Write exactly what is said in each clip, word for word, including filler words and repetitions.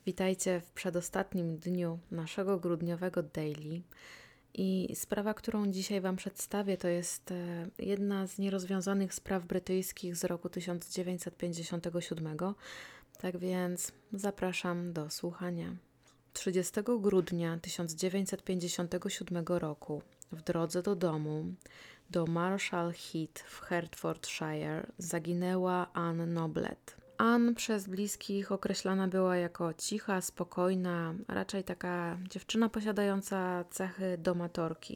Witajcie w przedostatnim dniu naszego grudniowego daily. I sprawa, którą dzisiaj Wam przedstawię, to jest e, jedna z nierozwiązanych spraw brytyjskich z roku tysiąc dziewięćset pięćdziesiątego siódmego. Tak więc zapraszam do słuchania. trzydziestego grudnia tysiąc dziewięćset pięćdziesiątego siódmego roku w drodze do domu do Marshall Heath w Hertfordshire zaginęła Anne Noblet. Anne przez bliskich określana była jako cicha, spokojna, raczej taka dziewczyna posiadająca cechy domatorki.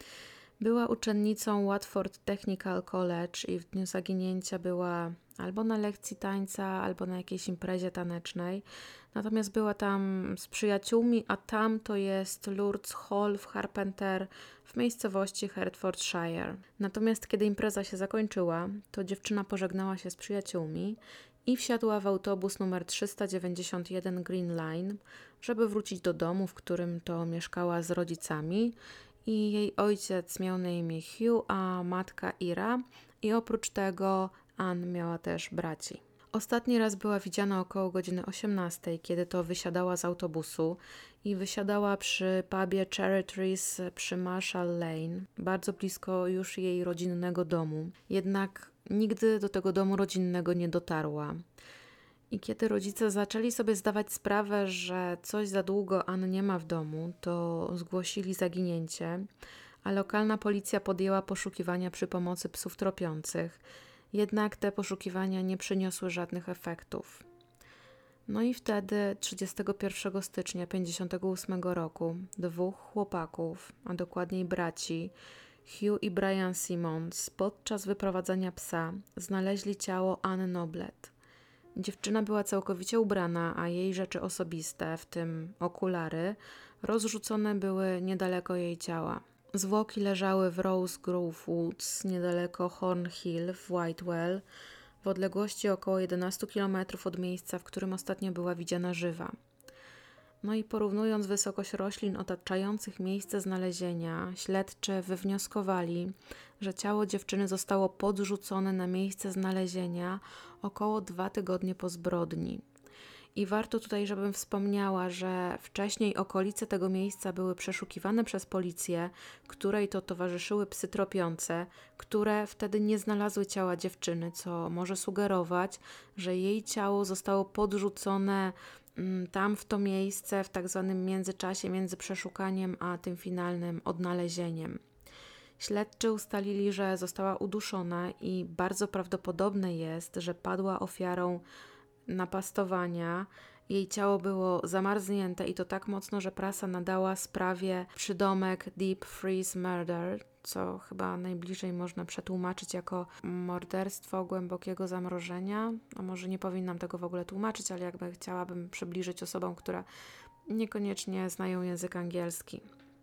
Była uczennicą Watford Technical College i w dniu zaginięcia była albo na lekcji tańca, albo na jakiejś imprezie tanecznej. Natomiast była tam z przyjaciółmi, a tam to jest Lourdes Hall w Carpenter w miejscowości Hertfordshire. Natomiast kiedy impreza się zakończyła, to dziewczyna pożegnała się z przyjaciółmi i wsiadła w autobus numer trzysta dziewięćdziesiąt jeden Green Line, żeby wrócić do domu, w którym to mieszkała z rodzicami. I jej ojciec miał na imię Hugh, a matka Ira. I oprócz tego Anne miała też braci. Ostatni raz była widziana około godziny osiemnastej, kiedy to wysiadała z autobusu i wysiadała przy pubie Cherry Trees przy Marshall Lane, bardzo blisko już jej rodzinnego domu. Jednak nigdy do tego domu rodzinnego nie dotarła. I kiedy rodzice zaczęli sobie zdawać sprawę, że coś za długo Anne nie ma w domu, to zgłosili zaginięcie, a lokalna policja podjęła poszukiwania przy pomocy psów tropiących. Jednak te poszukiwania nie przyniosły żadnych efektów. No i wtedy, trzydziestego pierwszego stycznia tysiąc dziewięćset pięćdziesiątego ósmego roku, dwóch chłopaków, a dokładniej braci, Hugh i Brian Simmons, podczas wyprowadzania psa znaleźli ciało Anne Noblet. Dziewczyna była całkowicie ubrana, a jej rzeczy osobiste, w tym okulary, rozrzucone były niedaleko jej ciała. Zwłoki leżały w Rose Grove Woods, niedaleko Horn Hill w Whitewell, w odległości około jedenaście kilometrów od miejsca, w którym ostatnio była widziana żywa. No i porównując wysokość roślin otaczających miejsce znalezienia, śledczy wywnioskowali, że ciało dziewczyny zostało podrzucone na miejsce znalezienia około dwa tygodnie po zbrodni. I warto tutaj, żebym wspomniała, że wcześniej okolice tego miejsca były przeszukiwane przez policję, której to towarzyszyły psy tropiące, które wtedy nie znalazły ciała dziewczyny, co może sugerować, że jej ciało zostało podrzucone tam w to miejsce w tak zwanym międzyczasie między przeszukaniem a tym finalnym odnalezieniem. Śledczy ustalili, że została uduszona i bardzo prawdopodobne jest, że padła ofiarą napastowania. Jej ciało było zamarznięte i to tak mocno, że prasa nadała sprawie przydomek Deep Freeze Murder, co chyba najbliżej można przetłumaczyć jako morderstwo głębokiego zamrożenia. A może nie powinnam tego w ogóle tłumaczyć, ale jakby chciałabym przybliżyć osobom, które niekoniecznie znają język angielski.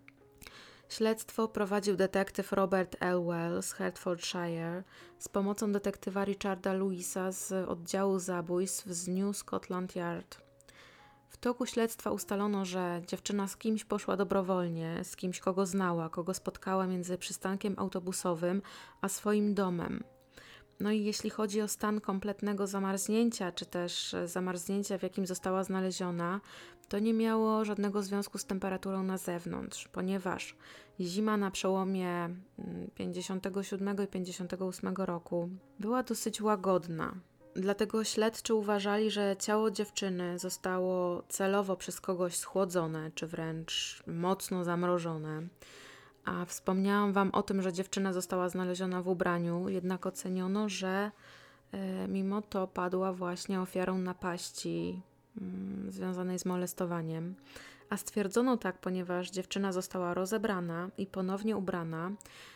Śledztwo prowadził detektyw Robert Elwell z Hertfordshire z pomocą detektywa Richarda Lewisa z oddziału zabójstw z New Scotland Yard. W toku śledztwa ustalono, że dziewczyna z kimś poszła dobrowolnie, z kimś, kogo znała, kogo spotkała między przystankiem autobusowym a swoim domem. No i jeśli chodzi o stan kompletnego zamarznięcia, czy też zamarznięcia, w jakim została znaleziona, to nie miało żadnego związku z temperaturą na zewnątrz, ponieważ zima na przełomie pięćdziesiątego siódmego i pięćdziesiątego ósmego roku była dosyć łagodna. Dlatego śledczy uważali, że ciało dziewczyny zostało celowo przez kogoś schłodzone, czy wręcz mocno zamrożone. A wspomniałam Wam o tym, że dziewczyna została znaleziona w ubraniu, jednak oceniono, że y, mimo to padła właśnie ofiarą napaści y, związanej z molestowaniem. A stwierdzono tak, ponieważ dziewczyna została rozebrana i ponownie ubrana,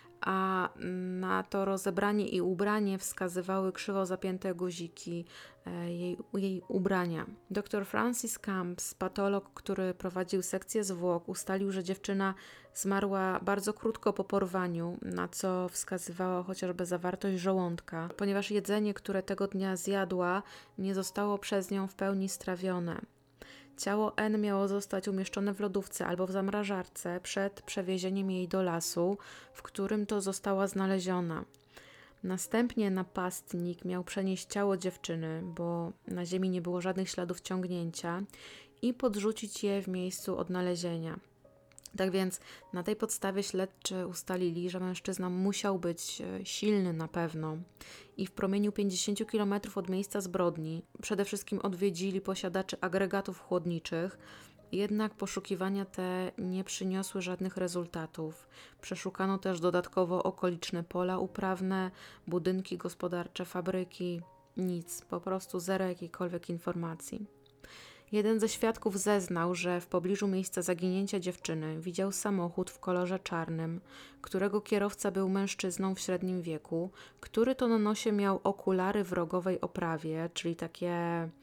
a na to rozebranie i ubranie wskazywały krzywo zapięte guziki jej, jej ubrania. Doktor Francis Camps, patolog, który prowadził sekcję zwłok, ustalił, że dziewczyna zmarła bardzo krótko po porwaniu, na co wskazywała chociażby zawartość żołądka, ponieważ jedzenie, które tego dnia zjadła, nie zostało przez nią w pełni strawione. Ciało N miało zostać umieszczone w lodówce albo w zamrażarce przed przewiezieniem jej do lasu, w którym to została znaleziona. Następnie napastnik miał przenieść ciało dziewczyny, bo na ziemi nie było żadnych śladów ciągnięcia, i podrzucić je w miejscu odnalezienia. Tak więc na tej podstawie śledczy ustalili, że mężczyzna musiał być silny na pewno i w promieniu pięćdziesiąt kilometrów od miejsca zbrodni przede wszystkim odwiedzili posiadaczy agregatów chłodniczych, jednak poszukiwania te nie przyniosły żadnych rezultatów. Przeszukano też dodatkowo okoliczne pola uprawne, budynki gospodarcze, fabryki. Nic, po prostu zero jakiejkolwiek informacji. Jeden ze świadków zeznał, że w pobliżu miejsca zaginięcia dziewczyny widział samochód w kolorze czarnym, którego kierowca był mężczyzną w średnim wieku, który to na nosie miał okulary w rogowej oprawie, czyli takie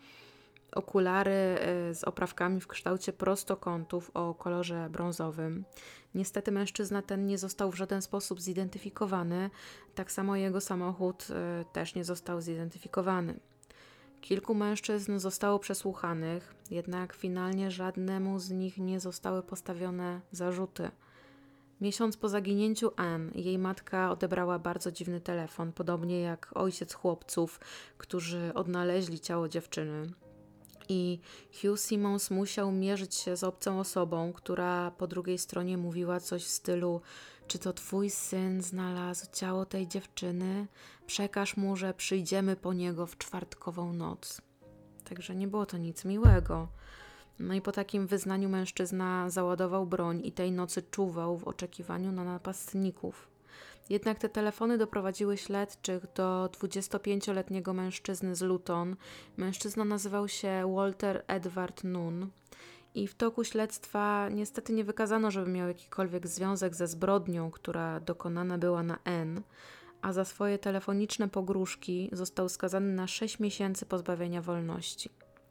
okulary z oprawkami w kształcie prostokątów o kolorze brązowym. Niestety mężczyzna ten nie został w żaden sposób zidentyfikowany, tak samo jego samochód też nie został zidentyfikowany. Kilku mężczyzn zostało przesłuchanych, jednak finalnie żadnemu z nich nie zostały postawione zarzuty. Miesiąc po zaginięciu Ann, jej matka odebrała bardzo dziwny telefon, podobnie jak ojciec chłopców, którzy odnaleźli ciało dziewczyny. I Hugh Simmons musiał mierzyć się z obcą osobą, która po drugiej stronie mówiła coś w stylu: czy to twój syn znalazł ciało tej dziewczyny? Przekaż mu, że przyjdziemy po niego w czwartkową noc. Także nie było to nic miłego. No i po takim wyznaniu mężczyzna załadował broń i tej nocy czuwał w oczekiwaniu na napastników. Jednak te telefony doprowadziły śledczych do dwudziestopięcioletniego mężczyzny z Luton. Mężczyzna nazywał się Walter Edward Nunn i w toku śledztwa niestety nie wykazano, żeby miał jakikolwiek związek ze zbrodnią, która dokonana była na N, a za swoje telefoniczne pogróżki został skazany na sześć miesięcy pozbawienia wolności.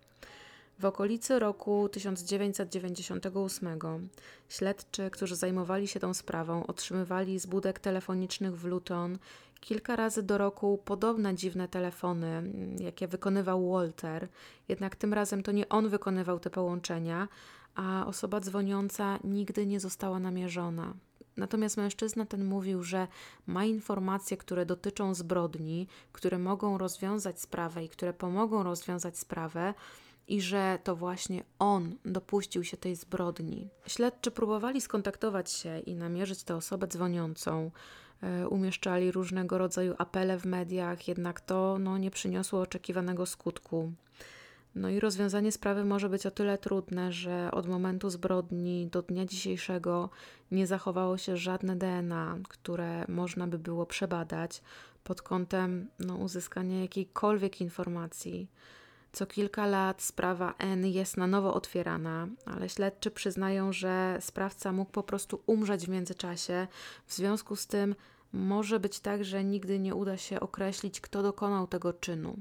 W okolicy roku tysiąc dziewięćset dziewięćdziesiątego ósmego śledczy, którzy zajmowali się tą sprawą, otrzymywali z budek telefonicznych w Luton kilka razy do roku podobne dziwne telefony, jakie wykonywał Walter, jednak tym razem to nie on wykonywał te połączenia, a osoba dzwoniąca nigdy nie została namierzona. Natomiast mężczyzna ten mówił, że ma informacje, które dotyczą zbrodni, które mogą rozwiązać sprawę i które pomogą rozwiązać sprawę, i że to właśnie on dopuścił się tej zbrodni. Śledczy próbowali skontaktować się i namierzyć tę osobę dzwoniącą. E, umieszczali różnego rodzaju apele w mediach, jednak to no, nie przyniosło oczekiwanego skutku. No i rozwiązanie sprawy może być o tyle trudne, że od momentu zbrodni do dnia dzisiejszego nie zachowało się żadne D N A, które można by było przebadać pod kątem no, uzyskania jakiejkolwiek informacji. Co kilka lat sprawa N jest na nowo otwierana, ale śledczy przyznają, że sprawca mógł po prostu umrzeć w międzyczasie. W związku z tym może być tak, że nigdy nie uda się określić, kto dokonał tego czynu.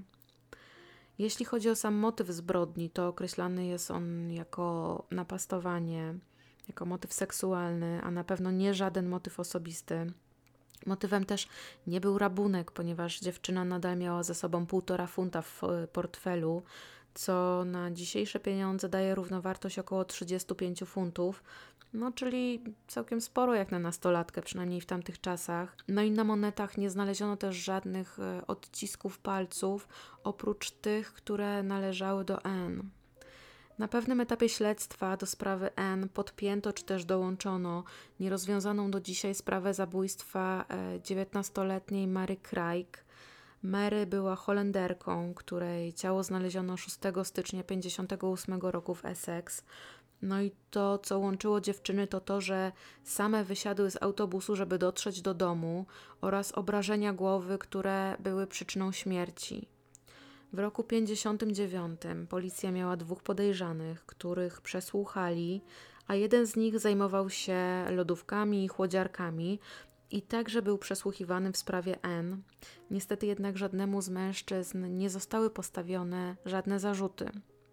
Jeśli chodzi o sam motyw zbrodni, to określany jest on jako napastowanie, jako motyw seksualny, a na pewno nie żaden motyw osobisty. Motywem też nie był rabunek, ponieważ dziewczyna nadal miała ze sobą półtora funta w portfelu, co na dzisiejsze pieniądze daje równowartość około trzydzieści pięć funtów, no czyli całkiem sporo jak na nastolatkę, przynajmniej w tamtych czasach. No i na monetach nie znaleziono też żadnych odcisków palców, oprócz tych, które należały do N. Na pewnym etapie śledztwa do sprawy N podpięto czy też dołączono nierozwiązaną do dzisiaj sprawę zabójstwa dziewiętnastoletniej Mary Craig. Mary była Holenderką, której ciało znaleziono szóstego stycznia pięćdziesiątego ósmego roku w Essex. No i to, co łączyło dziewczyny, to to, że same wysiadły z autobusu, żeby dotrzeć do domu, oraz obrażenia głowy, które były przyczyną śmierci. W roku pięćdziesiątym dziewiątym policja miała dwóch podejrzanych, których przesłuchali, a jeden z nich zajmował się lodówkami i chłodziarkami i także był przesłuchiwany w sprawie N. Niestety jednak żadnemu z mężczyzn nie zostały postawione żadne zarzuty.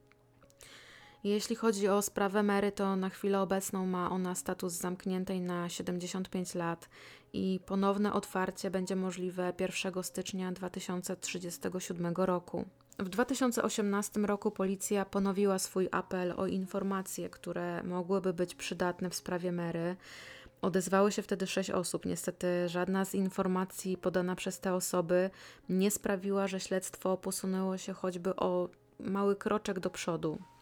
Jeśli chodzi o sprawę Mary, to na chwilę obecną ma ona status zamkniętej na siedemdziesiąt pięć lat i ponowne otwarcie będzie możliwe pierwszego stycznia dwa tysiące trzydziestego siódmego roku. W dwa tysiące osiemnastym roku policja ponowiła swój apel o informacje, które mogłyby być przydatne w sprawie Mary. Odezwało się wtedy sześć osób. Niestety żadna z informacji podana przez te osoby nie sprawiła, że śledztwo posunęło się choćby o mały kroczek do przodu.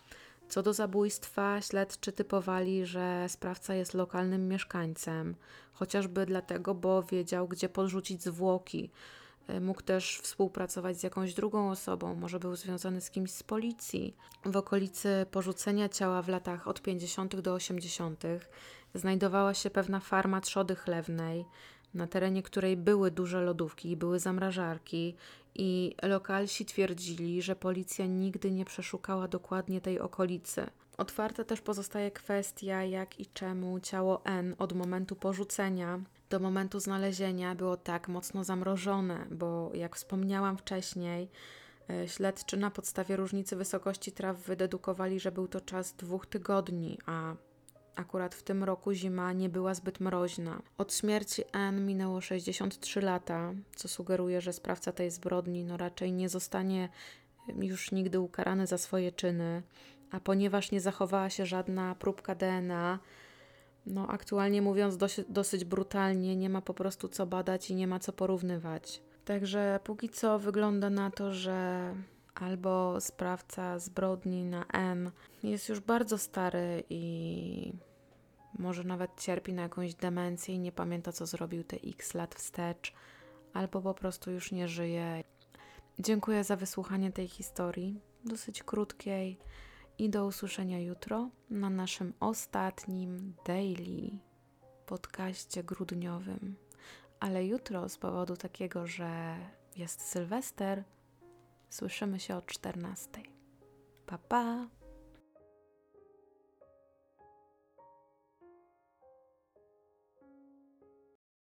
Co do zabójstwa, śledczy typowali, że sprawca jest lokalnym mieszkańcem, chociażby dlatego, bo wiedział, gdzie podrzucić zwłoki. Mógł też współpracować z jakąś drugą osobą, może był związany z kimś z policji. W okolicy porzucenia ciała w latach od pięćdziesiątych do osiemdziesiątych znajdowała się pewna farma trzody chlewnej, na terenie której były duże lodówki i były zamrażarki, i lokalsi twierdzili, że policja nigdy nie przeszukała dokładnie tej okolicy. Otwarta też pozostaje kwestia, jak i czemu ciało N od momentu porzucenia do momentu znalezienia było tak mocno zamrożone, bo jak wspomniałam wcześniej, śledczy na podstawie różnicy wysokości traw wydedukowali, że był to czas dwóch tygodni, a akurat w tym roku zima nie była zbyt mroźna. Od śmierci N minęło sześćdziesiąt trzy lata, co sugeruje, że sprawca tej zbrodni no raczej nie zostanie już nigdy ukarany za swoje czyny, a ponieważ nie zachowała się żadna próbka D N A, no aktualnie mówiąc dosyć, dosyć brutalnie, nie ma po prostu co badać i nie ma co porównywać. Także póki co wygląda na to, że albo sprawca zbrodni na N jest już bardzo stary i może nawet cierpi na jakąś demencję i nie pamięta, co zrobił te x lat wstecz, albo po prostu już nie żyje. Dziękuję za wysłuchanie tej historii, dosyć krótkiej, i do usłyszenia jutro na naszym ostatnim daily podcaście grudniowym. Ale jutro z powodu takiego, że jest Sylwester, słyszymy się o czternastej. Pa, pa!